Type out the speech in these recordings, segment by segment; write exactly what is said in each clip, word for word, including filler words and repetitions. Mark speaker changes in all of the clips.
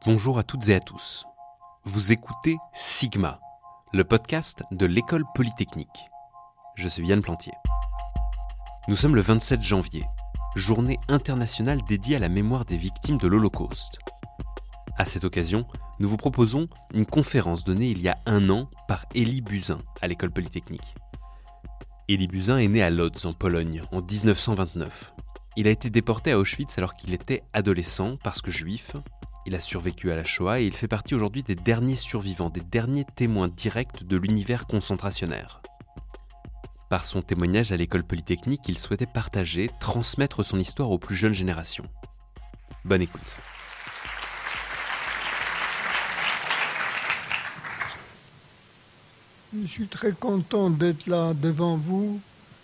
Speaker 1: Bonjour à toutes et à tous. Vous écoutez Sigma, le podcast de l'École Polytechnique. Je suis Yann Plantier. Nous sommes le vingt-sept janvier, journée internationale dédiée à la mémoire des victimes de l'Holocauste. À cette occasion, nous vous proposons une conférence donnée il y a un an par Elie Buzyn à l'École Polytechnique. Elie Buzyn est né à Lodz, en Pologne, en dix-neuf cent vingt-neuf. Il a été déporté à Auschwitz alors qu'il était adolescent parce que juif. Il a survécu à la Shoah et il fait partie aujourd'hui des derniers survivants, des derniers témoins directs de l'univers concentrationnaire. Par son témoignage à l'École Polytechnique, il souhaitait partager, transmettre son histoire aux plus jeunes générations. Bonne écoute.
Speaker 2: Je suis très content d'être là devant vous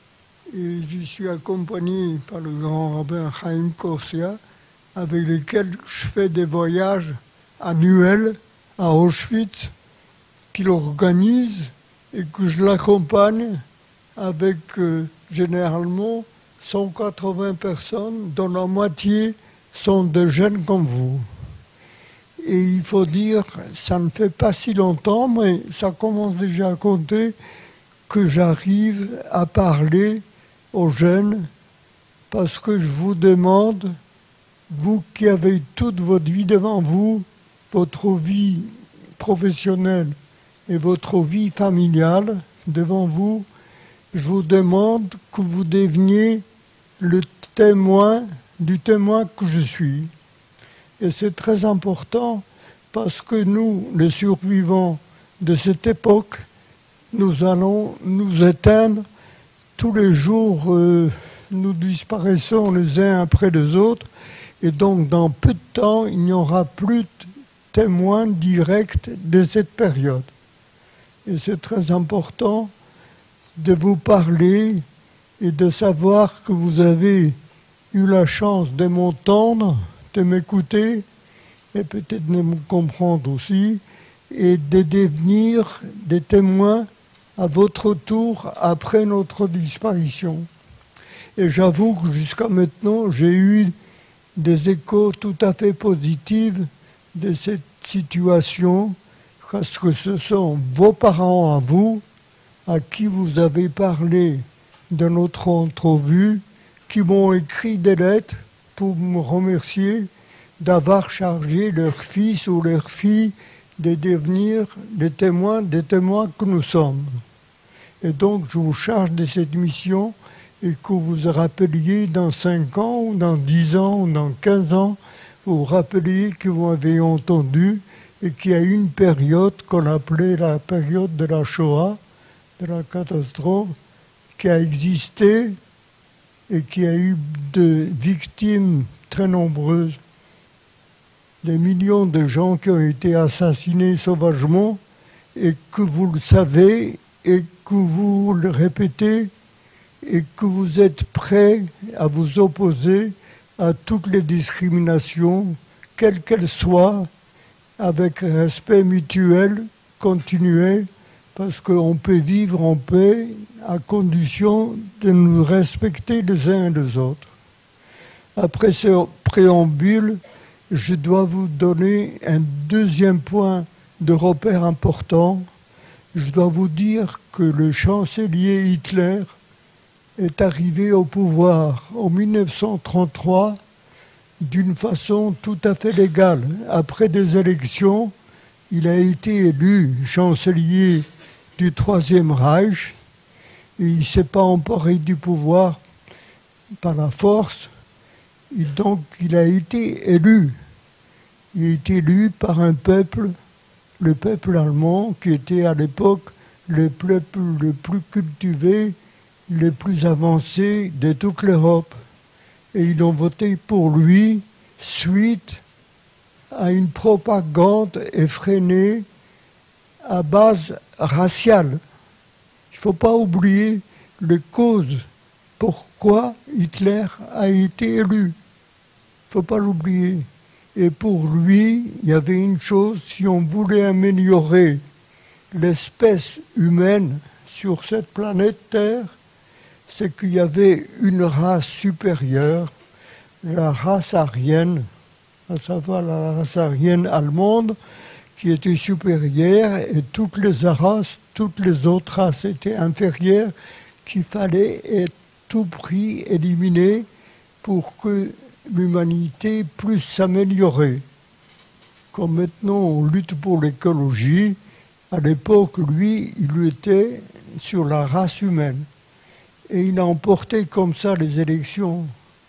Speaker 2: et je suis accompagné par le grand rabbin Chaim Korsia, avec lequel je fais des voyages annuels à Auschwitz, qu'il organise et que je l'accompagne avec euh, généralement cent quatre-vingts personnes, dont la moitié sont de jeunes comme vous. Et il faut dire, ça ne fait pas si longtemps, mais ça commence déjà à compter, que j'arrive à parler aux jeunes, parce que je vous demande, vous qui avez toute votre vie devant vous, votre vie professionnelle et votre vie familiale devant vous, je vous demande que vous deveniez le témoin du témoin que je suis. Et c'est très important parce que nous, les survivants de cette époque, nous allons nous éteindre tous les jours, euh, nous disparaissons les uns après les autres. Et donc, dans peu de temps, il n'y aura plus de témoins directs de cette période. Et c'est très important de vous parler et de savoir que vous avez eu la chance de m'entendre, de m'écouter, et peut-être de me comprendre aussi, et de devenir des témoins à votre tour après notre disparition. Et j'avoue que jusqu'à maintenant, j'ai eu des échos tout à fait positifs de cette situation, parce que ce sont vos parents à vous, à qui vous avez parlé de notre entrevue, qui m'ont écrit des lettres pour me remercier d'avoir chargé leur fils ou leur fille de devenir des témoins, des témoins que nous sommes. Et donc je vous charge de cette mission, et que vous vous rappeliez dans cinq ans, ou dans dix ans, ou dans quinze ans, vous vous rappeliez que vous avez entendu et qu'il y a eu une période qu'on appelait la période de la Shoah, de la catastrophe, qui a existé et qui a eu de victimes très nombreuses. Des millions de gens qui ont été assassinés sauvagement et que vous le savez et que vous le répétez, et que vous êtes prêts à vous opposer à toutes les discriminations, quelles qu'elles soient, avec respect mutuel, continuel, parce qu'on peut vivre en paix à condition de nous respecter les uns et les autres. Après ce préambule, je dois vous donner un deuxième point de repère important. Je dois vous dire que le chancelier Hitler est arrivé au pouvoir en dix-neuf cent trente-trois d'une façon tout à fait légale. Après des élections, il a été élu chancelier du Troisième Reich et il ne s'est pas emparé du pouvoir par la force. Et donc il a été élu. Il a été élu par un peuple, le peuple allemand, qui était à l'époque le peuple le plus cultivé, les plus avancés de toute l'Europe. Et ils ont voté pour lui suite à une propagande effrénée à base raciale. Il ne faut pas oublier les causes pourquoi Hitler a été élu. Il ne faut pas l'oublier. Et pour lui, il y avait une chose, si on voulait améliorer l'espèce humaine sur cette planète Terre, c'est qu'il y avait une race supérieure, la race aryenne, à savoir la race aryenne allemande, qui était supérieure, et toutes les races, toutes les autres races étaient inférieures, qu'il fallait à tout prix éliminer pour que l'humanité puisse s'améliorer. Comme maintenant on lutte pour l'écologie, à l'époque, lui, il était sur la race humaine. Et il a emporté comme ça les élections.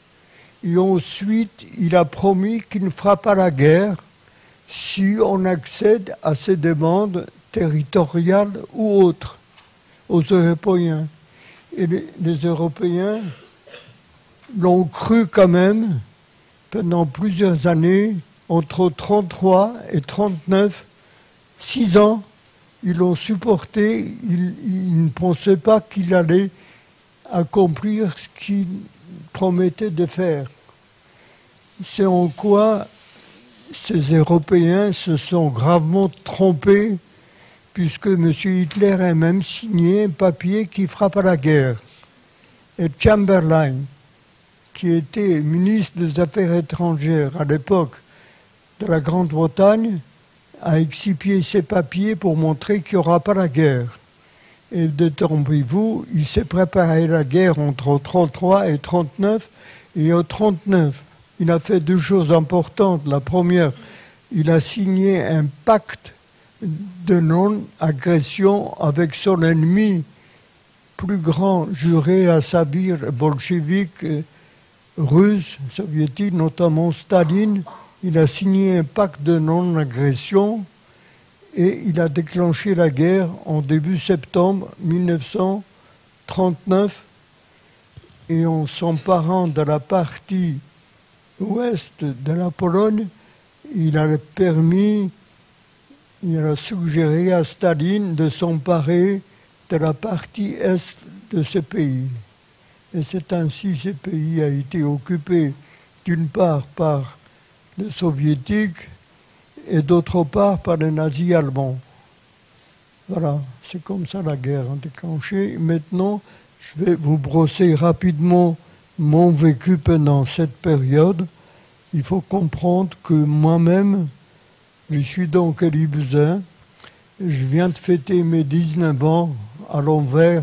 Speaker 2: Et ensuite, il a promis qu'il ne fera pas la guerre si on accède à ses demandes territoriales ou autres aux Européens. Et les, les Européens l'ont cru quand même pendant plusieurs années, entre trente-trois et trente-neuf, six ans, ils l'ont supporté, ils, ils ne pensaient pas qu'il allait accomplir ce qu'il promettait de faire. C'est en quoi ces Européens se sont gravement trompés, puisque M. Hitler a même signé un papier qui frappe à la guerre. Et Chamberlain, qui était ministre des Affaires étrangères à l'époque de la Grande-Bretagne, a excipié ses papiers pour montrer qu'il n'y aura pas la guerre. Et détrompez-vous, il s'est préparé la guerre entre trente-trois et trente-neuf, et en trente-neuf, il a fait deux choses importantes. La première, il a signé un pacte de non-agression avec son ennemi plus grand juré à sabir bolchevique, russe, soviétique, notamment Staline. Il a signé un pacte de non-agression et il a déclenché la guerre en début septembre mille neuf cent trente-neuf. Et en s'emparant de la partie ouest de la Pologne, il a permis, il a suggéré à Staline de s'emparer de la partie est de ce pays. Et c'est ainsi que ce pays a été occupé d'une part par les soviétiques et d'autre part par les nazis allemands. Voilà, c'est comme ça la guerre a déclenché. Maintenant, je vais vous brosser rapidement mon vécu pendant cette période. Il faut comprendre que moi-même, je suis donc élibuzin. Je viens de fêter mes dix-neuf ans à l'envers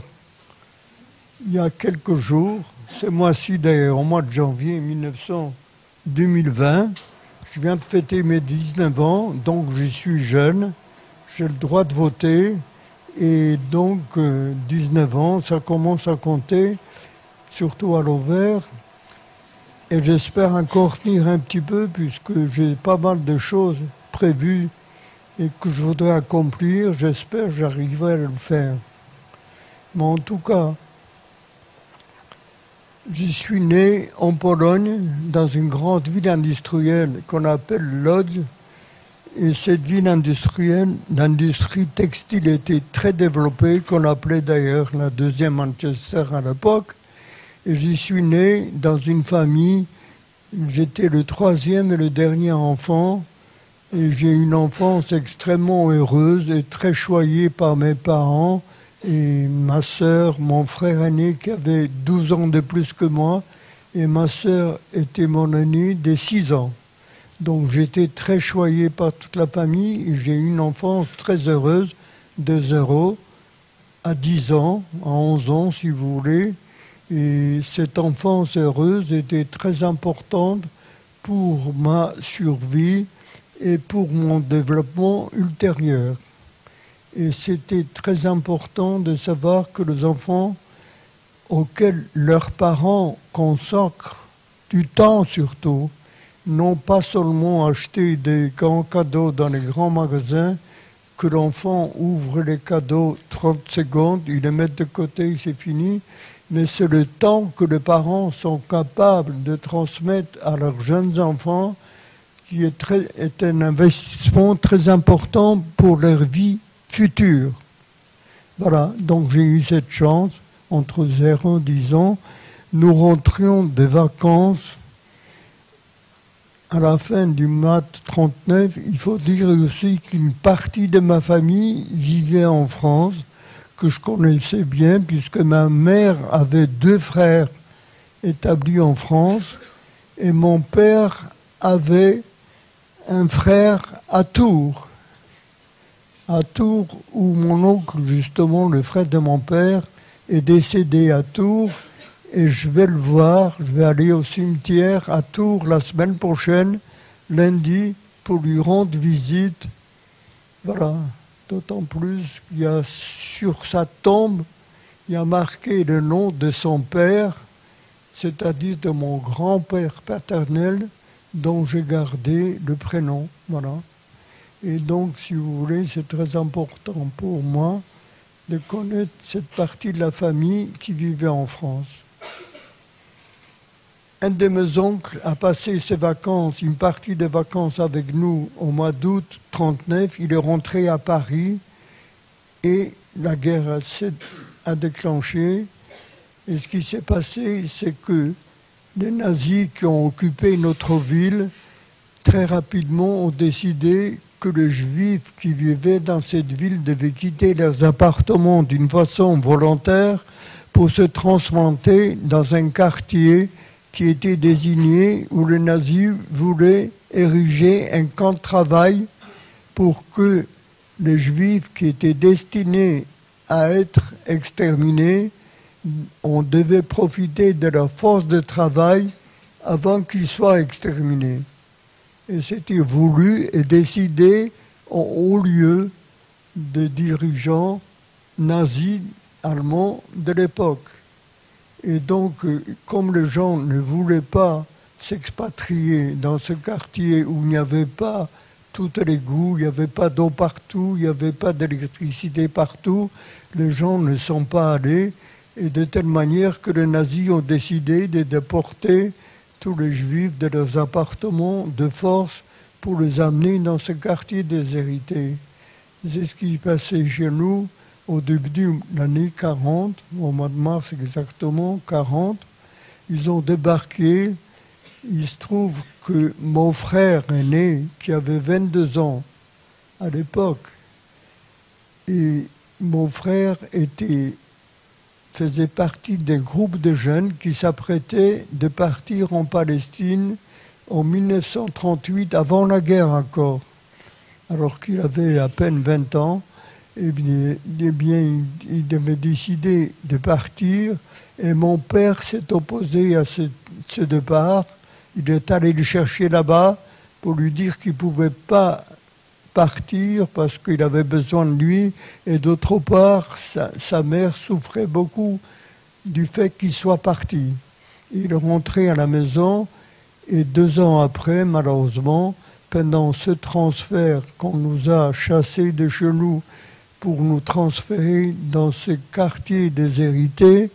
Speaker 2: il y a quelques jours. Ce mois-ci d'ailleurs, au mois de janvier deux mille vingt. Je viens de fêter mes dix-neuf ans, donc je suis jeune. J'ai le droit de voter. Et donc, euh, dix-neuf ans, ça commence à compter, surtout à l'envers. Et j'espère encore tenir un petit peu, puisque j'ai pas mal de choses prévues et que je voudrais accomplir. J'espère que j'arriverai à le faire. Mais en tout cas, je suis né en Pologne, dans une grande ville industrielle qu'on appelle Lodz. Et cette ville industrielle, l'industrie textile était très développée, qu'on appelait d'ailleurs la deuxième Manchester à l'époque. Et j'y suis né dans une famille, j'étais le troisième et le dernier enfant. Et j'ai eu une enfance extrêmement heureuse et très choyée par mes parents et ma sœur, mon frère aîné qui avait douze ans de plus que moi. Et ma sœur était mon aînée de six ans. Donc j'étais très choyé par toute la famille et j'ai eu une enfance très heureuse de zéro à dix ans, à onze ans si vous voulez. Et cette enfance heureuse était très importante pour ma survie et pour mon développement ultérieur. Et c'était très important de savoir que les enfants auxquels leurs parents consacrent du temps surtout, non pas seulement acheter des grands cadeaux dans les grands magasins, que l'enfant ouvre les cadeaux trente secondes, il les met de côté, c'est fini, mais c'est le temps que les parents sont capables de transmettre à leurs jeunes enfants qui est, très, est un investissement très important pour leur vie future. Voilà, donc j'ai eu cette chance, entre zéro et dix ans, nous rentrions des vacances à la fin du mois trente-neuf. Il faut dire aussi qu'une partie de ma famille vivait en France, que je connaissais bien, puisque ma mère avait deux frères établis en France, et mon père avait un frère à Tours, à Tours où mon oncle, justement, le frère de mon père, est décédé à Tours. Et je vais le voir, je vais aller au cimetière à Tours la semaine prochaine, lundi, pour lui rendre visite. Voilà, d'autant plus qu'il y a sur sa tombe, il y a marqué le nom de son père, c'est-à-dire de mon grand-père paternel, dont j'ai gardé le prénom. Voilà. Et donc, si vous voulez, c'est très important pour moi de connaître cette partie de la famille qui vivait en France. Un de mes oncles a passé ses vacances, une partie des vacances avec nous au mois d'août mille neuf cent trente-neuf. Il est rentré à Paris et la guerre a déclenché. Et ce qui s'est passé, c'est que les nazis qui ont occupé notre ville, très rapidement ont décidé que les juifs qui vivaient dans cette ville devaient quitter leurs appartements d'une façon volontaire pour se transplanter dans un quartier qui était désigné où les nazis voulaient ériger un camp de travail pour que les juifs qui étaient destinés à être exterminés, on devait profiter de leur force de travail avant qu'ils soient exterminés. Et c'était voulu et décidé en haut lieu des dirigeants nazis allemands de l'époque. Et donc, comme les gens ne voulaient pas s'expatrier dans ce quartier où il n'y avait pas tout l'égout, il n'y avait pas d'eau partout, il n'y avait pas d'électricité partout, les gens ne sont pas allés, et de telle manière que les nazis ont décidé de déporter tous les juifs de leurs appartements de force pour les amener dans ce quartier déshérité. C'est ce qui passait chez nous au début de l'année quarante, au mois de mars exactement, quarante. Ils ont débarqué. Il se trouve que mon frère aîné, qui avait vingt-deux ans à l'époque, et mon frère était, faisait partie d'un groupe de jeunes qui s'apprêtaient de partir en Palestine en mille neuf cent trente-huit, avant la guerre encore, alors qu'il avait à peine vingt ans. Eh bien, eh bien, il devait décider de partir, et mon père s'est opposé à ce, ce départ. Il est allé le chercher là-bas pour lui dire qu'il ne pouvait pas partir parce qu'il avait besoin de lui, et d'autre part, sa, sa mère souffrait beaucoup du fait qu'il soit parti. Il est rentré à la maison, et deux ans après, malheureusement, pendant ce transfert qu'on nous a chassés de chez nous pour nous transférer dans ce quartier déshérité,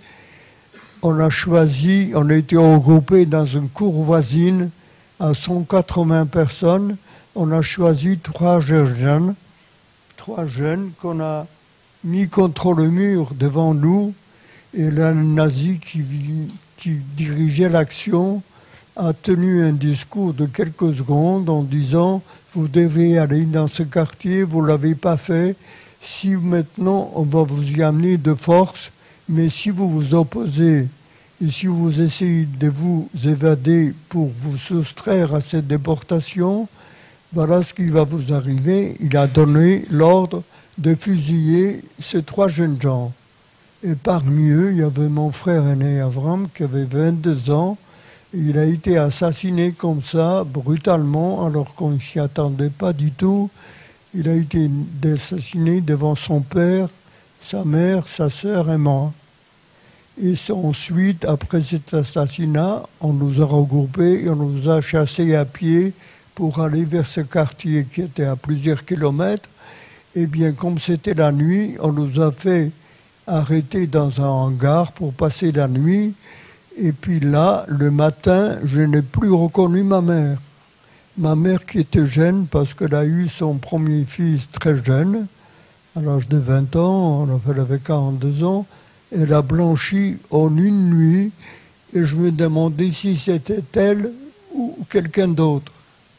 Speaker 2: on a choisi, on a été regroupés dans une cour voisine à cent quatre-vingts personnes. On a choisi trois jeunes, trois jeunes qu'on a mis contre le mur devant nous, et le nazi qui, qui dirigeait l'action a tenu un discours de quelques secondes en disant « Vous devez aller dans ce quartier, vous ne l'avez pas fait. Si maintenant, on va vous y amener de force, mais si vous vous opposez et si vous essayez de vous évader pour vous soustraire à cette déportation, voilà ce qui va vous arriver. » Il a donné l'ordre de fusiller ces trois jeunes gens. Et parmi eux, il y avait mon frère aîné Avram qui avait vingt-deux ans. Il a été assassiné comme ça, brutalement, alors qu'on ne s'y attendait pas du tout. Il a été assassiné devant son père, sa mère, sa sœur et moi. Et ensuite, après cet assassinat, on nous a regroupés et on nous a chassés à pied pour aller vers ce quartier qui était à plusieurs kilomètres. Eh bien, comme c'était la nuit, on nous a fait arrêter dans un hangar pour passer la nuit. Et puis là, le matin, je n'ai plus reconnu ma mère. Ma mère qui était jeune parce qu'elle a eu son premier fils très jeune, à l'âge de vingt ans, elle avait quarante-deux ans, elle a blanchi en une nuit, et je me demandais si c'était elle ou quelqu'un d'autre.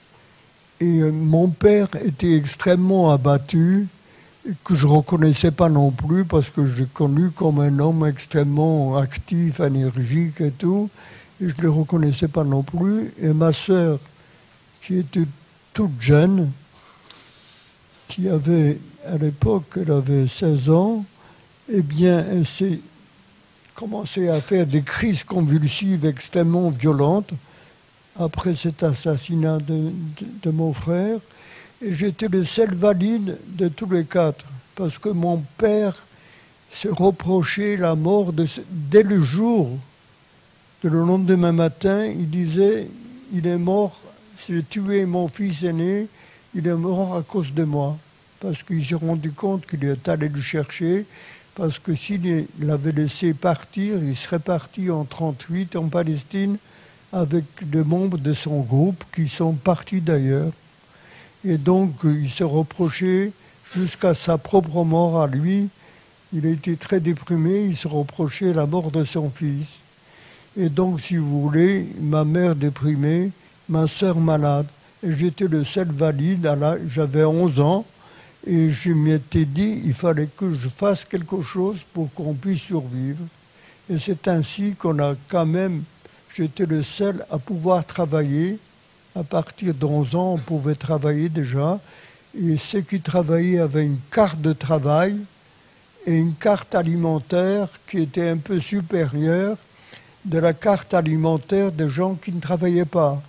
Speaker 2: Et mon père était extrêmement abattu, que je ne reconnaissais pas non plus parce que je l'ai connu comme un homme extrêmement actif, énergique et tout, et je ne le reconnaissais pas non plus. Et ma sœur, qui était toute jeune, qui avait, à l'époque, elle avait seize ans, eh bien, elle s'est commencé à faire des crises convulsives extrêmement violentes après cet assassinat de, de, de mon frère. Et j'étais le seul valide de tous les quatre, parce que mon père se reprochait la mort de ce, dès le jour. De le lendemain matin, il disait, il est mort, j'ai tué mon fils aîné, il est mort à cause de moi. Parce qu'il s'est rendu compte qu'il est allé le chercher, parce que s'il l'avait laissé partir, il serait parti en trente-huit en Palestine avec des membres de son groupe qui sont partis d'ailleurs. Et donc, il se reprochait jusqu'à sa propre mort à lui. Il a été très déprimé, il se reprochait la mort de son fils. Et donc, si vous voulez, ma mère déprimée, ma sœur malade. Et j'étais le seul valide, j'avais onze ans, et je m'étais dit, il fallait que je fasse quelque chose pour qu'on puisse survivre. Et c'est ainsi qu'on a quand même, j'étais le seul à pouvoir travailler. À partir de onze ans, on pouvait travailler déjà. Et ceux qui travaillaient avaient une carte de travail et une carte alimentaire qui était un peu supérieure de la carte alimentaire des gens qui ne travaillaient pas.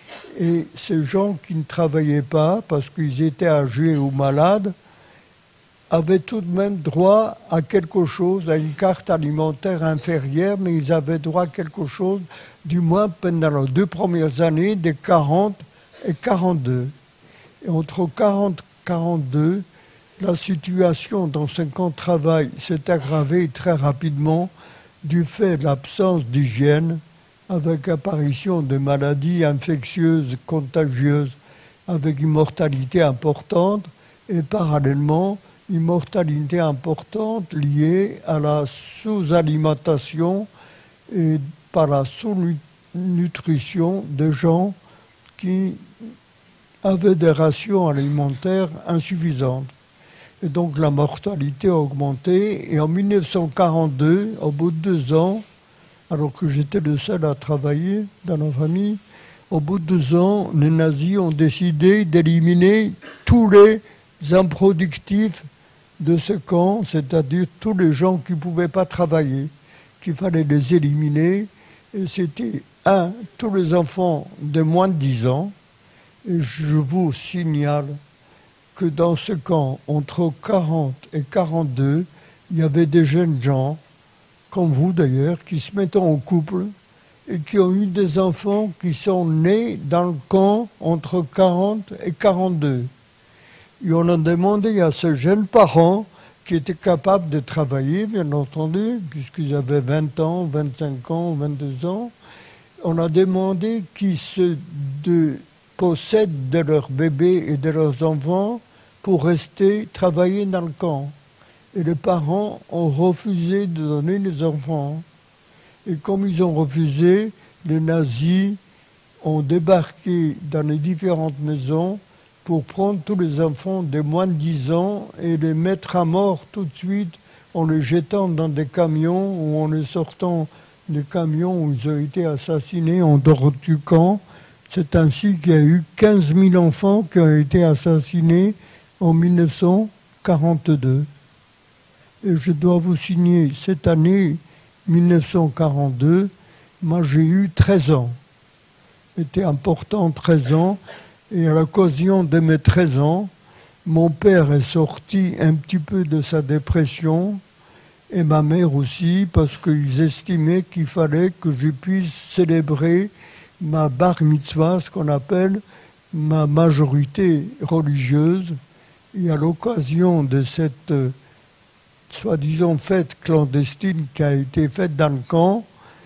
Speaker 2: Et ces gens qui ne travaillaient pas, parce qu'ils étaient âgés ou malades, avaient tout de même droit à quelque chose, à une carte alimentaire inférieure, mais ils avaient droit à quelque chose, du moins pendant les deux premières années, de quarante et quarante-deux. Et entre quarante et quarante-deux, la situation dans ce camp de travail s'est aggravée très rapidement du fait de l'absence d'hygiène, avec apparition de maladies infectieuses, contagieuses, avec une mortalité importante, et parallèlement, une mortalité importante liée à la sous-alimentation et par la sous-nutrition de gens qui avaient des rations alimentaires insuffisantes. Et donc la mortalité a augmenté, et en mille neuf cent quarante-deux, au bout de deux ans, alors que j'étais le seul à travailler dans la famille, au bout de deux ans, les nazis ont décidé d'éliminer tous les improductifs de ce camp, c'est-à-dire tous les gens qui ne pouvaient pas travailler, qu'il fallait les éliminer. Et c'était, un, tous les enfants de moins de dix ans. Et je vous signale que dans ce camp, entre quarante et quarante-deux, il y avait des jeunes gens, comme vous d'ailleurs, qui se mettent en couple et qui ont eu des enfants qui sont nés dans le camp entre quarante et quarante-deux. Et on a demandé à ces jeunes parents qui étaient capables de travailler, bien entendu, puisqu'ils avaient vingt ans, vingt-cinq ans, vingt-deux ans, on a demandé qu'ils se de, possèdent de leurs bébés et de leurs enfants pour rester travailler dans le camp. Et les parents ont refusé de donner les enfants. Et comme ils ont refusé, les nazis ont débarqué dans les différentes maisons pour prendre tous les enfants de moins de dix ans et les mettre à mort tout de suite en les jetant dans des camions ou en les sortant des camions où ils ont été assassinés en dehors du camp. C'est ainsi qu'il y a eu quinze mille enfants qui ont été assassinés en mille neuf cent quarante-deux. Et je dois vous signer, cette année, mille neuf cent quarante-deux, moi j'ai eu treize ans. C'était important, treize ans. Et à l'occasion de mes treize ans, mon père est sorti un petit peu de sa dépression, et ma mère aussi, parce qu'ils estimaient qu'il fallait que je puisse célébrer ma bar mitzvah, ce qu'on appelle ma majorité religieuse. Et à l'occasion de cette euh, soi-disant fête clandestine qui a été faite dans le camp,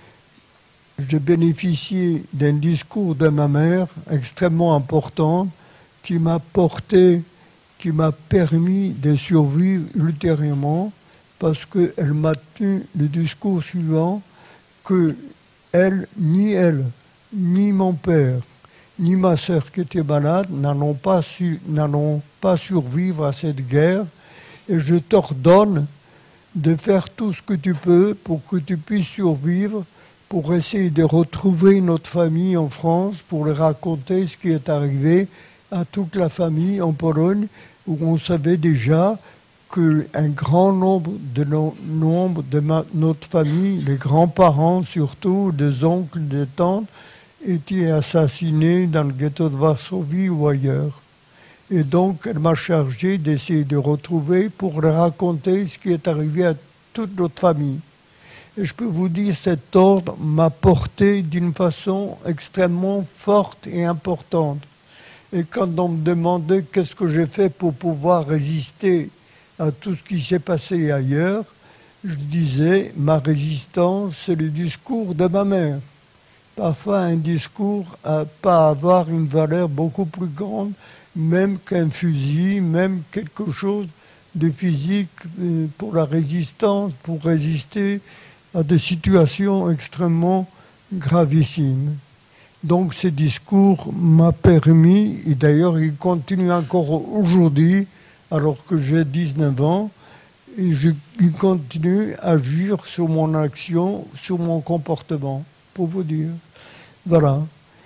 Speaker 2: j'ai bénéficié d'un discours de ma mère extrêmement important qui m'a porté, qui m'a permis de survivre ultérieurement, parce qu'elle m'a tenu le discours suivant, que elle, ni elle, ni mon père, ni ma sœur qui était malade n'allons pas, su, n'allons pas survivre à cette guerre, et je t'ordonne de faire tout ce que tu peux pour que tu puisses survivre, pour essayer de retrouver notre famille en France, pour leur raconter ce qui est arrivé à toute la famille en Pologne, où on savait déjà qu'un grand nombre de, no, nombre de ma, notre famille, les grands-parents surtout, des oncles, des tantes, étaient assassinés dans le ghetto de Varsovie ou ailleurs. Et donc, elle m'a chargé d'essayer de retrouver pour leur raconter ce qui est arrivé à toute notre famille. Et je peux vous dire, cet ordre m'a porté d'une façon extrêmement forte et importante. Et quand on me demandait qu'est-ce que j'ai fait pour pouvoir résister à tout ce qui s'est passé ailleurs, je disais, ma résistance, c'est le discours de ma mère. Parfois, un discours n'a pas à avoir une valeur beaucoup plus grande, même qu'un fusil, même quelque chose de physique pour la résistance, pour résister à des situations extrêmement gravissimes. Donc, ce discours m'a permis, et d'ailleurs, il continue encore aujourd'hui, alors que j'ai dix-neuf ans, et je il continue à agir sur mon action, sur mon comportement, pour vous dire. Voilà.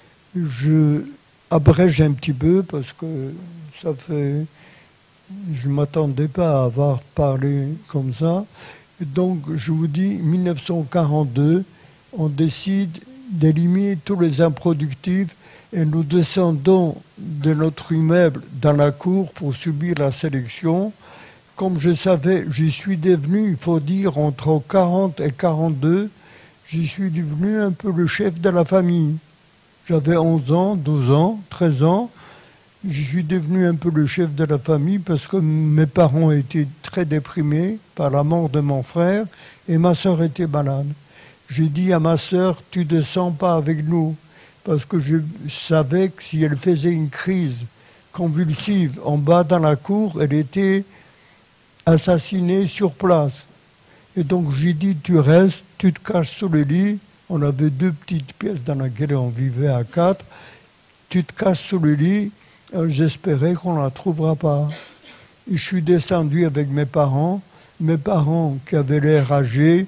Speaker 2: Je abrège un petit peu parce que ça fait... Je ne m'attendais pas à avoir parlé comme ça. Et donc, je vous dis, mille neuf cent quarante-deux, on décide d'éliminer tous les improductifs et nous descendons de notre immeuble dans la cour pour subir la sélection. Comme je savais, j'y suis devenu, il faut dire, entre quarante et quarante-deux, j'y suis devenu un peu le chef de la famille. J'avais onze ans, douze ans, treize ans. Je suis devenu un peu le chef de la famille parce que mes parents étaient très déprimés par la mort de mon frère et ma sœur était malade. J'ai dit à ma sœur, tu ne descends pas avec nous, parce que je savais que si elle faisait une crise convulsive en bas dans la cour, elle était assassinée sur place. Et donc j'ai dit, tu restes, tu te caches sous le lit. On avait deux petites pièces dans lesquelles on vivait à quatre. Tu te caches sous le lit. J'espérais qu'on ne la trouvera pas. Et je suis descendu avec mes parents, mes parents qui avaient l'air âgés,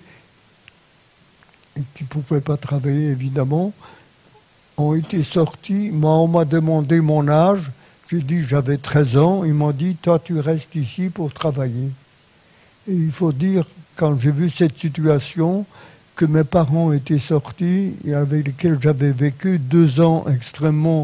Speaker 2: et qui ne pouvaient pas travailler évidemment, ont été sortis. Moi, on m'a demandé mon âge. J'ai dit j'avais treize ans. Ils m'ont dit, toi tu restes ici pour travailler. Et il faut dire, quand j'ai vu cette situation, que mes parents étaient sortis et avec lesquels j'avais vécu deux ans extrêmement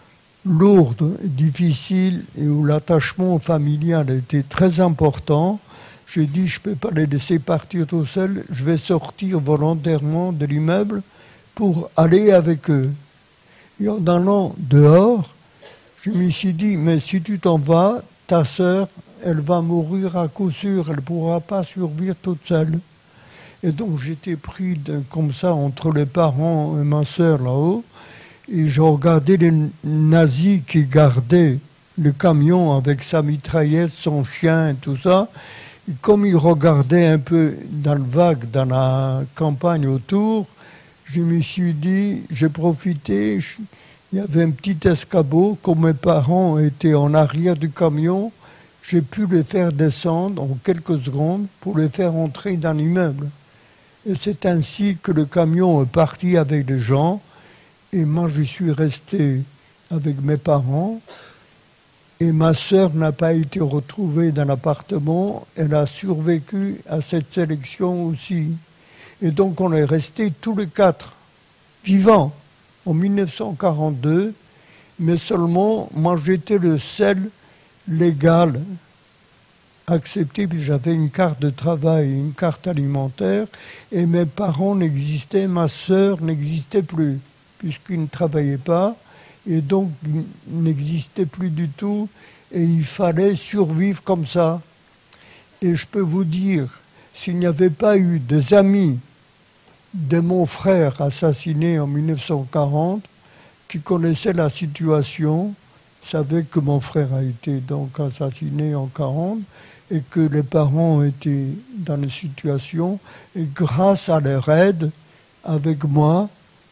Speaker 2: lourde, difficile et où l'attachement familial était très important, j'ai dit je ne peux pas les laisser partir tout seuls, je vais sortir volontairement de l'immeuble pour aller avec eux. Et en allant dehors, je me suis dit, mais si tu t'en vas, ta sœur, elle va mourir à coup sûr, elle ne pourra pas survivre toute seule. Et donc j'étais pris de, comme ça entre les parents et ma sœur là-haut, et je regardais les nazis qui gardaient le camion avec sa mitraillette, son chien et tout ça. Et comme ils regardaient un peu dans le vague, dans la campagne autour, je me suis dit, j'ai profité, je, il y avait un petit escabeau, comme mes parents étaient en arrière du camion, j'ai pu les faire descendre en quelques secondes pour les faire entrer dans l'immeuble. Et c'est ainsi que le camion est parti avec les gens. Et moi, je suis resté avec mes parents. Et ma sœur n'a pas été retrouvée dans l'appartement. Elle a survécu à cette sélection aussi. Et donc, on est restés tous les quatre vivants en mille neuf cent quarante-deux. Mais seulement, moi, j'étais le seul légal accepté, puis j'avais une carte de travail, une carte alimentaire, et mes parents n'existaient, ma sœur n'existait plus, puisqu'il ne travaillait pas, et donc il n'existait plus du tout, et il fallait survivre comme ça. Et je peux vous dire, s'il n'y avait pas eu des amis de mon frère assassiné en mille neuf cent quarante, qui connaissaient la situation, savaient que mon frère a été donc assassiné en quarante, et que les parents étaient dans une situation, et grâce à leur aide, avec moi,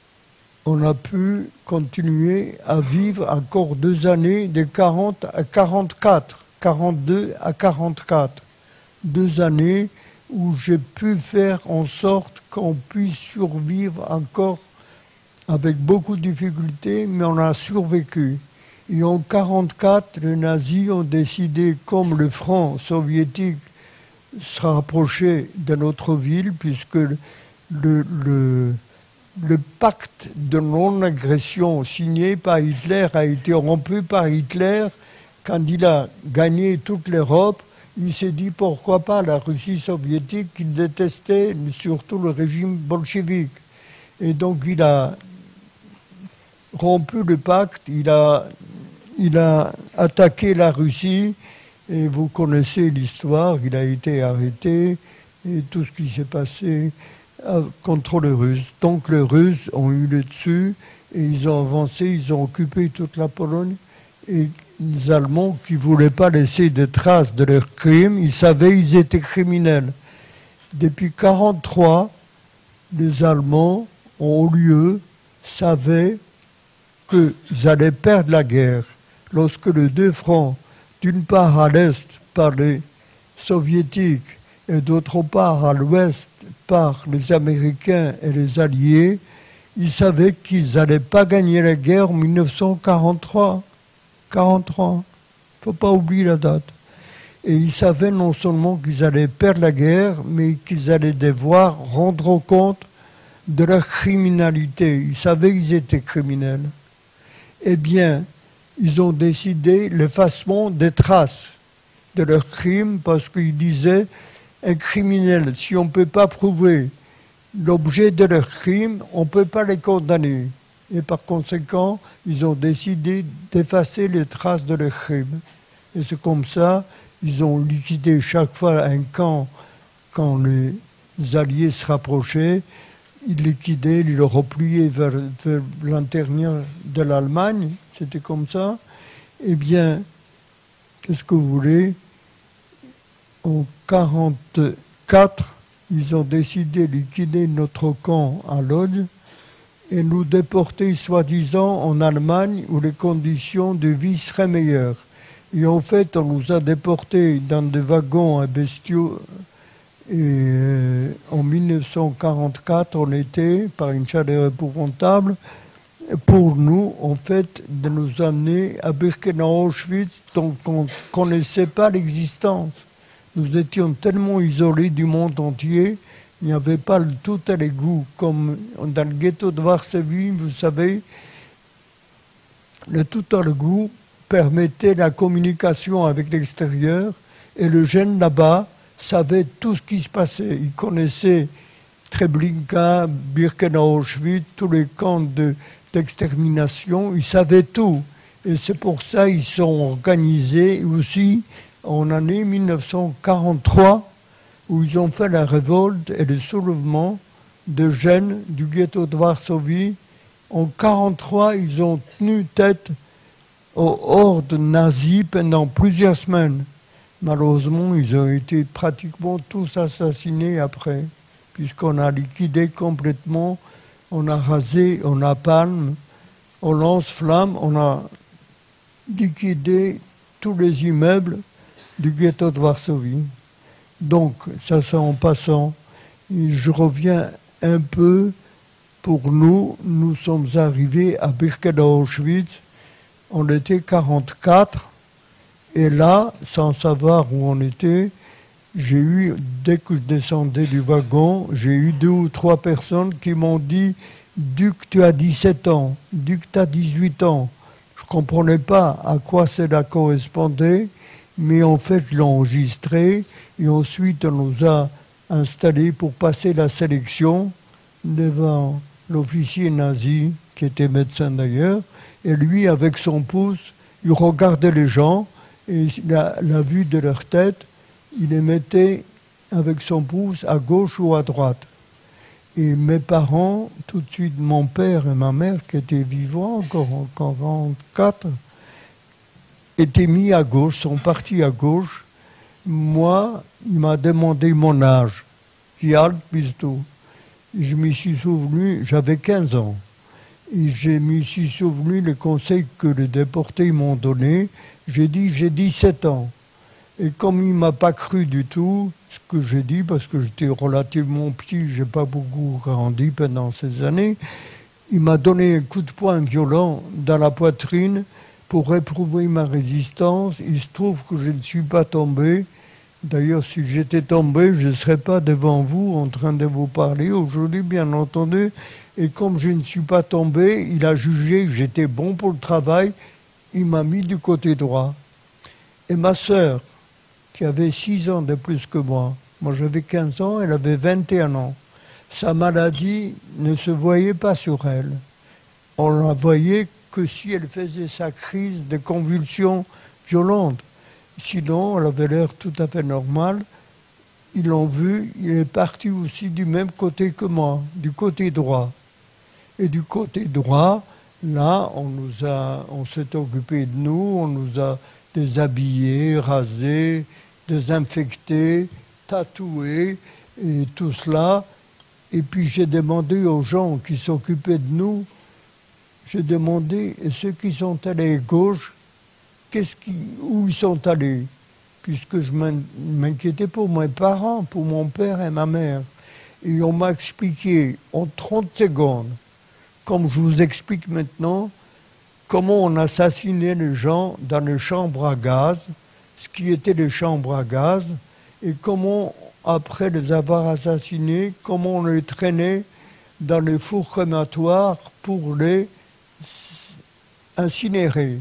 Speaker 2: on a pu continuer à vivre encore deux années, de quarante à quarante-quatre, quarante-deux à quarante-quatre. Deux années où j'ai pu faire en sorte qu'on puisse survivre encore avec beaucoup de difficultés, mais on a survécu. Et en mille neuf cent quarante-quatre, les nazis ont décidé, comme le front soviétique se rapprochait de notre ville, puisque le, le, le pacte de non-agression signé par Hitler a été rompu par Hitler quand il a gagné toute l'Europe. Il s'est dit pourquoi pas la Russie soviétique qu'il détestait, surtout le régime bolchevique. Et donc il a rompu le pacte, il a, il a attaqué la Russie, et vous connaissez l'histoire, il a été arrêté, et tout ce qui s'est passé contre les Russes. Donc les Russes ont eu le dessus, et ils ont avancé, ils ont occupé toute la Pologne, et les Allemands qui ne voulaient pas laisser de traces de leurs crimes, ils savaient qu'ils étaient criminels. Depuis mille neuf cent quarante-trois, les Allemands, au lieu, savaient qu'ils allaient perdre la guerre. Lorsque les deux fronts, d'une part à l'est par les soviétiques et d'autre part à l'ouest par les Américains et les Alliés, ils savaient qu'ils n'allaient pas gagner la guerre en mille neuf cent quarante-trois. quarante-trois. Il ne faut pas oublier la date. Et ils savaient non seulement qu'ils allaient perdre la guerre, mais qu'ils allaient devoir rendre compte de leur criminalité. Ils savaient qu'ils étaient criminels. Eh bien, ils ont décidé l'effacement des traces de leurs crimes parce qu'ils disaient un criminel, si on ne peut pas prouver l'objet de leur crime, on ne peut pas les condamner. Et par conséquent, ils ont décidé d'effacer les traces de leurs crimes. Et c'est comme ça, ils ont liquidé chaque fois un camp quand les Alliés se rapprochaient. Ils liquidaient, ils le repliaient vers, vers l'intérieur de l'Allemagne. C'était comme ça. Eh bien, qu'est-ce que vous voulez? En mille neuf cent quarante-quatre, ils ont décidé de liquider notre camp à Lodz et nous déporter soi-disant en Allemagne où les conditions de vie seraient meilleures. Et en fait, on nous a déportés dans des wagons à bestiaux. Et euh, en mille neuf cent quarante-quatre, on était, par une chaleur épouvantable, pour nous, en fait, de nous amener à Birkenau-Auschwitz, dont on ne connaissait pas l'existence. Nous étions tellement isolés du monde entier, il n'y avait pas le tout à l'égout, comme dans le ghetto de Varsovie, vous savez, le tout à l'égout permettait la communication avec l'extérieur, et le jeune là-bas savait tout ce qui se passait. Il connaissait Treblinka, Birkenau, Auschwitz, tous les camps de, d'extermination, il savait tout. Et c'est pour ça qu'ils sont organisés aussi en année mille neuf cent quarante-trois, où ils ont fait la révolte et le soulèvement de jeunes du ghetto de Varsovie. En mille neuf cent quarante-trois, ils ont tenu tête aux hordes nazies pendant plusieurs semaines. Malheureusement, ils ont été pratiquement tous assassinés après, puisqu'on a liquidé complètement, on a rasé, on a palme, on lance-flamme, on a liquidé tous les immeubles du ghetto de Varsovie. Donc, ça c'est en passant. Et je reviens un peu pour nous. Nous sommes arrivés à Birkenau-Auschwitz, on était quarante-quatre, et là, sans savoir où on était, j'ai eu, dès que je descendais du wagon, j'ai eu deux ou trois personnes qui m'ont dit « Duc, tu as dix-sept ans, Duc, tu as dix-huit ans ». Je ne comprenais pas à quoi cela correspondait, mais en fait, je l'ai enregistré, et ensuite, on nous a installés pour passer la sélection devant l'officier nazi, qui était médecin d'ailleurs, et lui, avec son pouce, il regardait les gens, et la, la vue de leur tête, il les mettait avec son pouce à gauche ou à droite. Et mes parents, tout de suite, mon père et ma mère, qui étaient vivants encore en quarante-quatre, étaient mis à gauche, sont partis à gauche. Moi, il m'a demandé mon âge. Wie alt bist du? Je me suis souvenu, j'avais quinze ans. Et je me suis souvenu les conseils que les déportés m'ont donnés. J'ai dit, j'ai dix-sept ans. Et comme il ne m'a pas cru du tout, ce que j'ai dit, parce que j'étais relativement petit, je n'ai pas beaucoup grandi pendant ces années, il m'a donné un coup de poing violent dans la poitrine pour éprouver ma résistance. Il se trouve que je ne suis pas tombé. D'ailleurs, si j'étais tombé, je ne serais pas devant vous en train de vous parler aujourd'hui, bien entendu. Et comme je ne suis pas tombé, il a jugé que j'étais bon pour le travail. Il m'a mis du côté droit. Et ma sœur, qui avait six ans de plus que moi, moi j'avais quinze ans, elle avait vingt et un ans. Sa maladie ne se voyait pas sur elle. On la voyait que si elle faisait sa crise de convulsions violentes. Sinon, elle avait l'air tout à fait normale. Ils l'ont vu, il est parti aussi du même côté que moi, du côté droit. Et du côté droit, là, on nous a, on s'est occupé de nous, on nous a déshabillés, rasés, désinfectés, tatoués, et tout cela. Et puis j'ai demandé aux gens qui s'occupaient de nous, j'ai demandé, et ceux qui sont allés à gauche, qu'est-ce qui, où ils sont allés? Puisque je m'inquiétais pour mes parents, pour mon père et ma mère. Et on m'a expliqué en trente secondes, comme je vous explique maintenant, comment on assassinait les gens dans les chambres à gaz, ce qui étaient les chambres à gaz, et comment, après les avoir assassinés, comment on les traînait dans les fours crématoires pour les incinérer.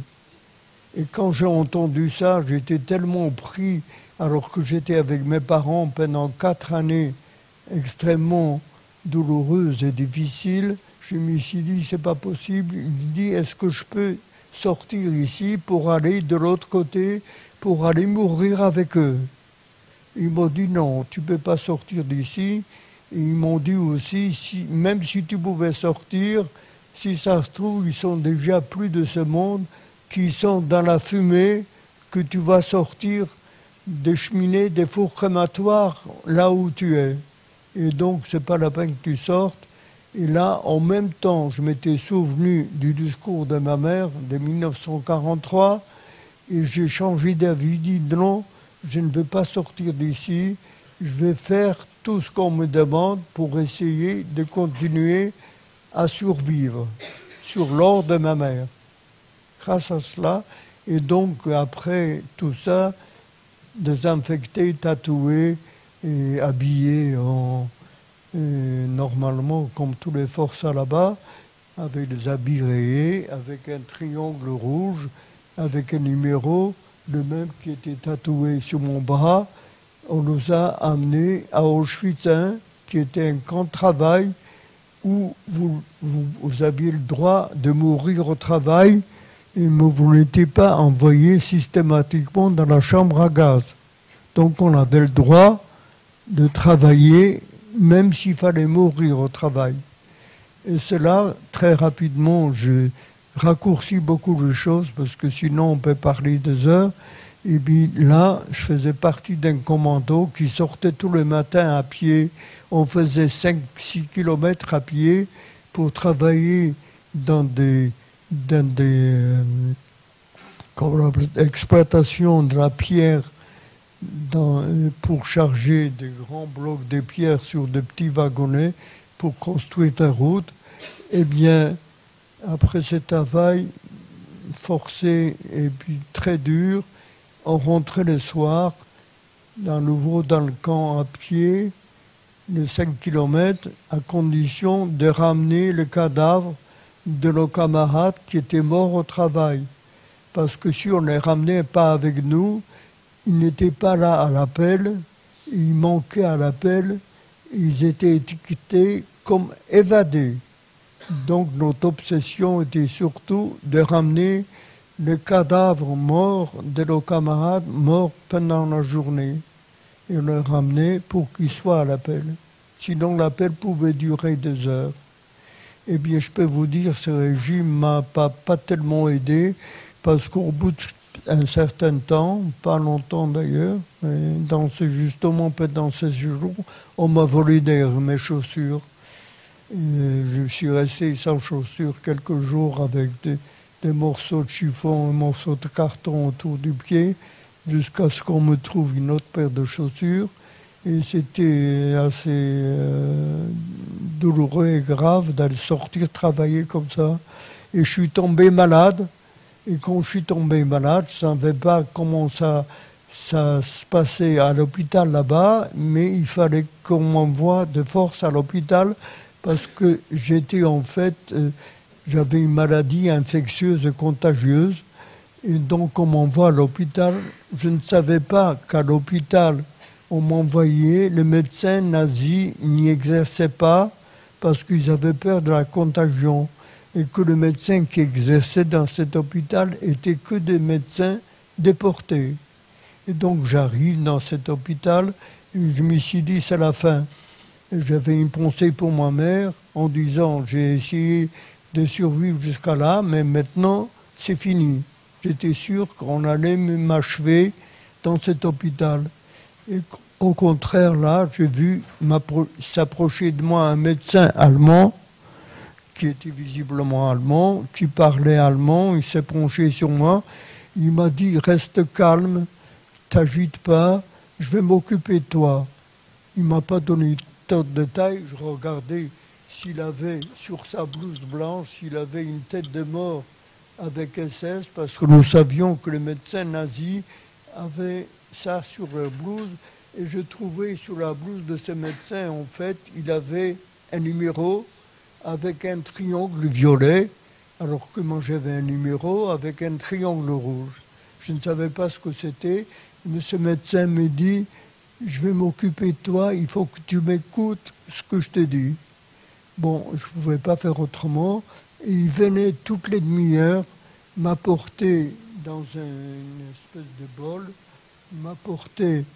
Speaker 2: Et quand j'ai entendu ça, j'étais tellement pris, alors que j'étais avec mes parents pendant quatre années extrêmement douloureuses et difficiles, je me suis dit, c'est pas possible. Il dit, est-ce que je peux sortir ici pour aller de l'autre côté, pour aller mourir avec eux? Ils m'ont dit, non, tu peux pas sortir d'ici. Et ils m'ont dit aussi, si, même si tu pouvais sortir, si ça se trouve, ils sont déjà plus de ce monde, qui sont dans la fumée, que tu vas sortir des cheminées, des fours crématoires, là où tu es. Et donc, c'est pas la peine que tu sortes. Et là, en même temps, je m'étais souvenu du discours de ma mère de mille neuf cent quarante-trois, et j'ai changé d'avis, j'ai dit non, je ne veux pas sortir d'ici, je vais faire tout ce qu'on me demande pour essayer de continuer à survivre sur l'ordre de ma mère. Grâce à cela, et donc après tout ça, désinfecté, tatoué et habillé en, et normalement comme tous les forçats là-bas, avec des habits rayés, avec un triangle rouge, avec un numéro, le même qui était tatoué sur mon bras. On nous a amenés à Auschwitz, qui était un camp de travail où vous, vous, vous aviez le droit de mourir au travail, et vous n'étiez pas envoyé systématiquement dans la chambre à gaz. Donc on avait le droit de travailler même s'il fallait mourir au travail. Et cela, très rapidement, je raccourcis beaucoup de choses parce que sinon on peut parler des heures. Et puis là, je faisais partie d'un commando qui sortait tous les matins à pied. On faisait cinq six kilomètres à pied pour travailler dans des, dans des euh, comme exploitations de la pierre dans, pour charger des grands blocs de pierre sur des petits wagonnets pour construire la route. Eh bien, après ce travail forcé et puis très dur, on rentrait le soir, à nouveau dans le camp à pied, les cinq kilomètres, à condition de ramener le cadavre de nos camarades qui étaient morts au travail. Parce que si on ne les ramenait pas avec nous, ils n'étaient pas là à l'appel, ils manquaient à l'appel, ils étaient étiquetés comme évadés. Donc notre obsession était surtout de ramener le cadavre mort de nos camarades morts pendant la journée. Et on les ramenait pour qu'ils soient à l'appel. Sinon l'appel pouvait durer des heures. Eh bien je peux vous dire, ce régime ne m'a pas, pas tellement aidé, parce qu'au bout d'un certain temps, pas longtemps d'ailleurs, dans ce, justement pendant ces jours, on m'a volé d'ailleurs mes chaussures. Et je suis resté sans chaussures quelques jours avec des, des morceaux de chiffon, un morceau de carton autour du pied, jusqu'à ce qu'on me trouve une autre paire de chaussures. Et c'était assez euh, douloureux et grave d'aller sortir travailler comme ça. Et je suis tombé malade. Et quand je suis tombé malade, je ne savais pas comment ça, ça se passait à l'hôpital là-bas, mais il fallait qu'on m'envoie de force à l'hôpital parce que j'étais en fait, euh, j'avais une maladie infectieuse et contagieuse. Et donc on m'envoie à l'hôpital. Je ne savais pas qu'à l'hôpital, on m'envoyait, les médecins nazis n'y exerçaient pas parce qu'ils avaient peur de la contagion. Et que le médecin qui exerçait dans cet hôpital était que des médecins déportés. Et donc j'arrive dans cet hôpital et je me suis dit c'est la fin. Et j'avais une pensée pour ma mère en disant j'ai essayé de survivre jusqu'à là, mais maintenant c'est fini. J'étais sûr qu'on allait m'achever dans cet hôpital. Et au contraire, là, j'ai vu s'approcher de moi un médecin allemand qui était visiblement allemand, qui parlait allemand, il s'est penché sur moi, il m'a dit « Reste calme, t'agite pas, je vais m'occuper de toi ». Il ne m'a pas donné tant de détails, je regardais s'il avait sur sa blouse blanche, s'il avait une tête de mort avec S S, parce que nous savions que les médecins nazis avaient ça sur leur blouse, et je trouvais sur la blouse de ce médecin, en fait, il avait un numéro avec un triangle violet, alors que moi j'avais un numéro avec un triangle rouge. Je ne savais pas ce que c'était, mais ce médecin me dit « Je vais m'occuper de toi, il faut que tu m'écoutes ce que je te dis ». Bon, je ne pouvais pas faire autrement, et il venait toutes les demi-heures m'apporter dans un, une espèce de bol, m'apporter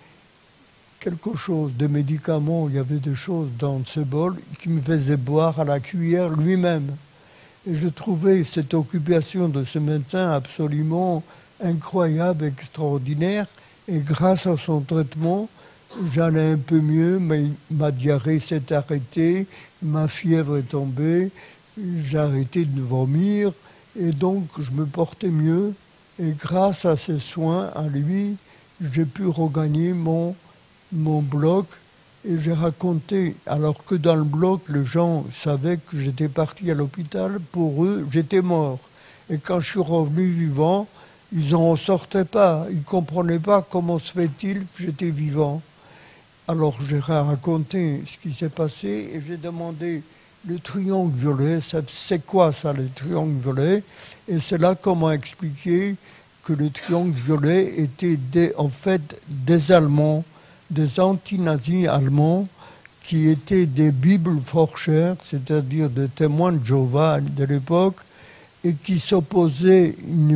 Speaker 2: quelque chose, des médicaments, il y avait des choses dans ce bol qui me faisaient boire à la cuillère lui-même. Et je trouvais cette occupation de ce médecin absolument incroyable, extraordinaire. Et grâce à son traitement, j'allais un peu mieux, mais ma diarrhée s'est arrêtée, ma fièvre est tombée, j'ai arrêté de vomir, et donc je me portais mieux. Et grâce à ses soins, à lui, j'ai pu regagner mon mon bloc, et j'ai raconté, alors que dans le bloc, les gens savaient que j'étais parti à l'hôpital, pour eux, j'étais mort. Et quand je suis revenu vivant, ils n'en sortaient pas, ils ne comprenaient pas comment se fait-il que j'étais vivant. Alors j'ai raconté ce qui s'est passé, et j'ai demandé le triangle violet, c'est quoi ça, le triangle violet? Et c'est là qu'on m'a expliqué que le triangle violet était des, en fait des Allemands, des anti-nazis allemands qui étaient des Bibles fort chères, c'est-à-dire des témoins de Jéhovah de l'époque, et qui s'opposaient,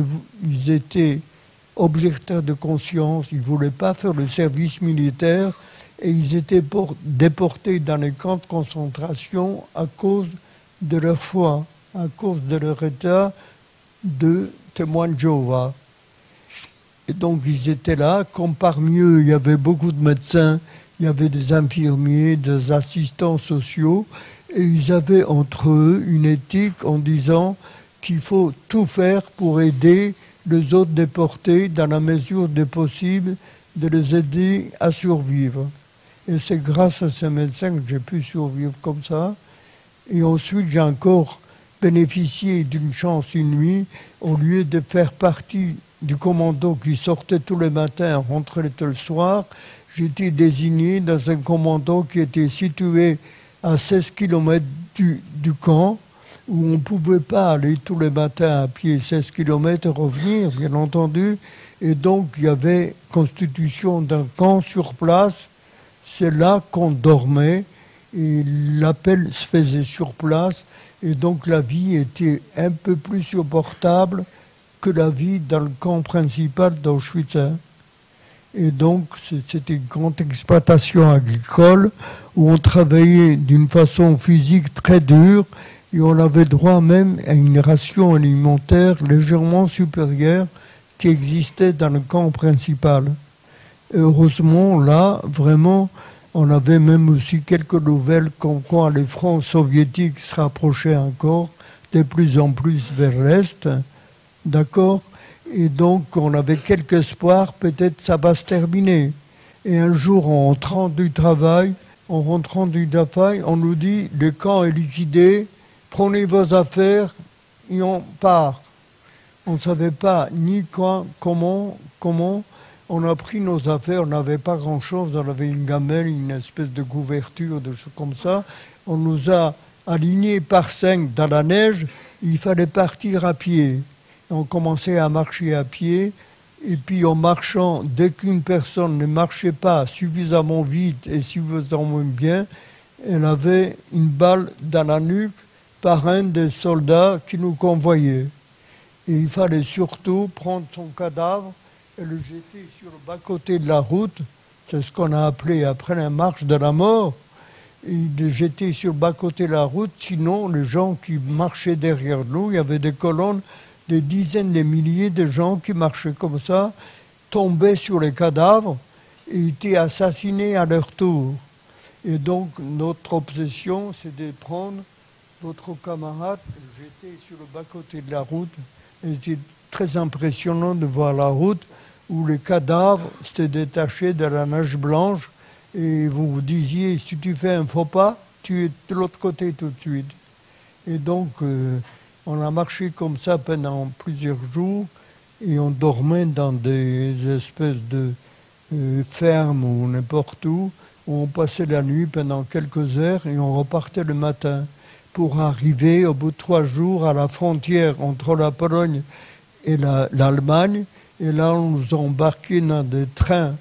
Speaker 2: ils étaient objecteurs de conscience, ils ne voulaient pas faire le service militaire, et ils étaient déportés dans les camps de concentration à cause de leur foi, à cause de leur état de témoins de Jéhovah. Et donc ils étaient là, comme parmi eux il y avait beaucoup de médecins, il y avait des infirmiers, des assistants sociaux, et ils avaient entre eux une éthique en disant qu'il faut tout faire pour aider les autres déportés dans la mesure des possibles, de les aider à survivre. Et c'est grâce à ces médecins que j'ai pu survivre comme ça. Et ensuite j'ai encore bénéficié d'une chance une nuit, au lieu de faire partie du commando qui sortait tous les matins, rentrait le soir, j'étais désigné dans un commando qui était situé à seize kilomètres du, du camp, où on ne pouvait pas aller tous les matins à pied seize kilomètres et revenir, bien entendu. Et donc, il y avait constitution d'un camp sur place. C'est là qu'on dormait et l'appel se faisait sur place. Et donc, la vie était un peu plus supportable que la vie dans le camp principal d'Auschwitz. Et donc, c'était une grande exploitation agricole où on travaillait d'une façon physique très dure et on avait droit même à une ration alimentaire légèrement supérieure qui existait dans le camp principal. Et heureusement, là, vraiment, on avait même aussi quelques nouvelles comme quoi les fronts soviétiques se rapprochaient encore de plus en plus vers l'Est. D'accord? Et donc, on avait quelques espoirs, peut-être ça va se terminer. Et un jour, en rentrant du travail, en rentrant du travail, on nous dit, le camp est liquidé, prenez vos affaires et on part. On ne savait pas ni quand, comment, comment. On a pris nos affaires, on n'avait pas grand-chose, on avait une gamelle, une espèce de couverture, de choses comme ça. On nous a alignés par cinq dans la neige, il fallait partir à pied. On commençait à marcher à pied, et puis en marchant, dès qu'une personne ne marchait pas suffisamment vite et suffisamment bien, elle avait une balle dans la nuque par un des soldats qui nous convoyait. Et il fallait surtout prendre son cadavre et le jeter sur le bas-côté de la route. C'est ce qu'on a appelé après la marche de la mort. Et de jeter sur le bas-côté de la route, sinon les gens qui marchaient derrière nous, il y avait des colonnes, des dizaines de milliers de gens qui marchaient comme ça, tombaient sur les cadavres et étaient assassinés à leur tour. Et donc notre obsession, c'est de prendre votre camarade et le jeter sur le bas-côté de la route. Et c'était très impressionnant de voir la route où les cadavres s'étaient détachés de la neige blanche et vous vous disiez, si tu fais un faux pas, tu es de l'autre côté tout de suite. Et donc, euh, on a marché comme ça pendant plusieurs jours et on dormait dans des espèces de euh, fermes ou n'importe où, où on passait la nuit pendant quelques heures et on repartait le matin pour arriver au bout de trois jours à la frontière entre la Pologne et la, l'Allemagne. Et là, on nous a embarqués dans des trains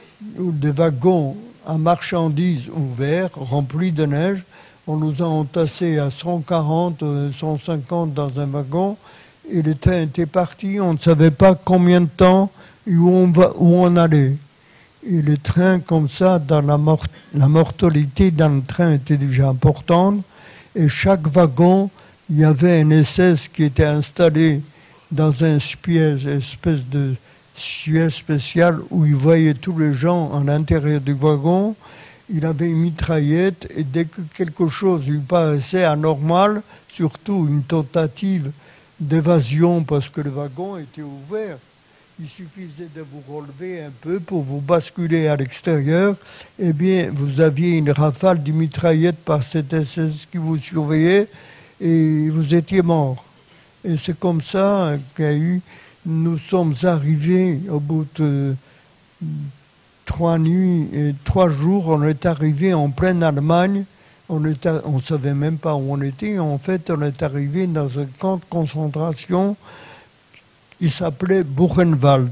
Speaker 2: ou des wagons à marchandises ouverts, remplis de neige. On nous a entassés à cent quarante, cent cinquante dans un wagon. Et le train était parti, on ne savait pas combien de temps et où on, va, où on allait. Et le train, comme ça, dans la, mort, la mortalité dans le train était déjà importante. Et chaque wagon, il y avait un S S qui était installé dans un siège, espèce de siège spécial où il voyait tous les gens à l'intérieur du wagon. Il avait une mitraillette et dès que quelque chose lui paraissait anormal, surtout une tentative d'évasion parce que le wagon était ouvert, il suffisait de vous relever un peu pour vous basculer à l'extérieur, eh bien, vous aviez une rafale de mitraillette par cet S S qui vous surveillait et vous étiez mort. Et c'est comme ça qu'il y a eu, nous sommes arrivés au bout de trois nuits et trois jours, on est arrivé en pleine Allemagne, on ne on savait même pas où on était, en fait, on est arrivé dans un camp de concentration. Il s'appelait Buchenwald.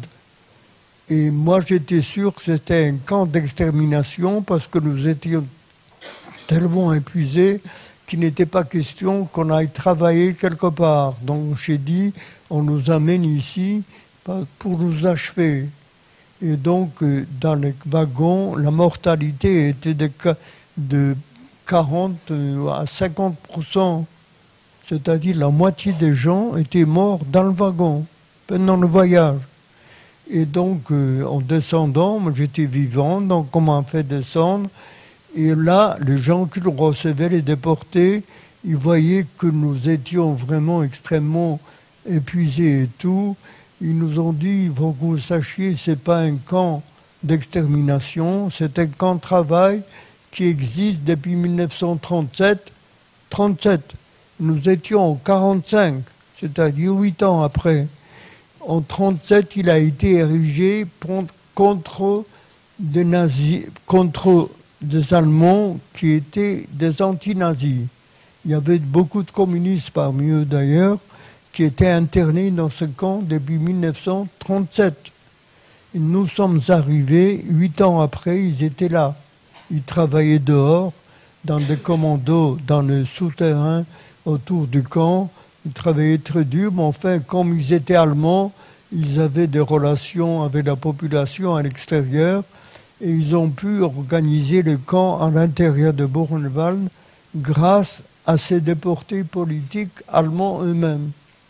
Speaker 2: Et moi, j'étais sûr que c'était un camp d'extermination parce que nous étions tellement épuisés qu'il n'était pas question qu'on aille travailler quelque part. Donc, j'ai dit, on nous amène ici pour nous achever. Et donc, dans les wagons, la mortalité était de, de quarante à cinquante pour cent. C'est-à-dire la moitié des gens étaient morts dans le wagon pendant le voyage. Et donc, euh, en descendant, moi j'étais vivant, donc on m'a fait descendre. Et là, les gens qui nous recevaient, les déportés, ils voyaient que nous étions vraiment extrêmement épuisés et tout. Ils nous ont dit, il faut que vous sachiez, ce n'est pas un camp d'extermination, c'est un camp de travail qui existe depuis mille neuf cent trente-sept. trente-sept. Nous étions en quarante-cinq, c'est-à-dire huit ans après. En trente-sept, il a été érigé contre des nazis, contre des Allemands qui étaient des anti-nazis. Il y avait beaucoup de communistes parmi eux d'ailleurs, qui étaient internés dans ce camp depuis mille neuf cent trente-sept. Et nous sommes arrivés, huit ans après, ils étaient là. Ils travaillaient dehors, dans des commandos, dans le souterrain, autour du camp. Ils travaillaient très dur, mais enfin, comme ils étaient allemands, ils avaient des relations avec la population à l'extérieur et ils ont pu organiser le camp à l'intérieur de Buchenwald grâce à ces déportés politiques allemands eux-mêmes.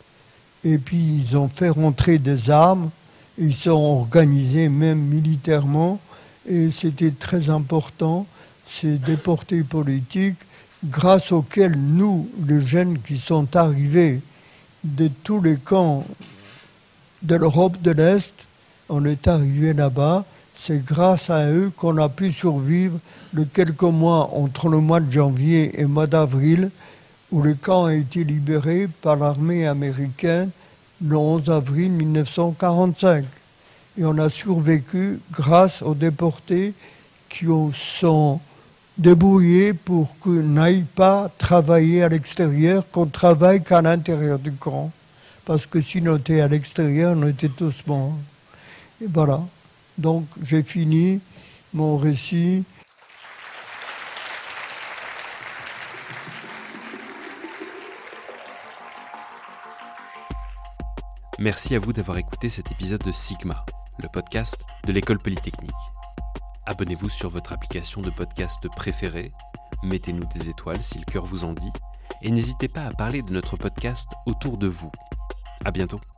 Speaker 2: Et puis, ils ont fait rentrer des armes, ils sont organisés même militairement et c'était très important, ces déportés politiques grâce auxquels nous, les jeunes qui sont arrivés de tous les camps de l'Europe de l'Est, on est arrivés là-bas. C'est grâce à eux qu'on a pu survivre les quelques mois entre le mois de janvier et le mois d'avril, où le camp a été libéré par l'armée américaine le onze avril mille neuf cent quarante-cinq. Et on a survécu grâce aux déportés qui ont, sont débrouillés pour qu'on n'aille pas travailler à l'extérieur, qu'on travaille qu'à l'intérieur du camp. Parce que si on était à l'extérieur, on était tous morts. Et voilà. Donc j'ai fini mon récit.
Speaker 1: Merci à vous d'avoir écouté cet épisode de Sigma, le podcast de l'École Polytechnique. Abonnez-vous sur votre application de podcast préférée, mettez-nous des étoiles si le cœur vous en dit, et n'hésitez pas à parler de notre podcast autour de vous. À bientôt.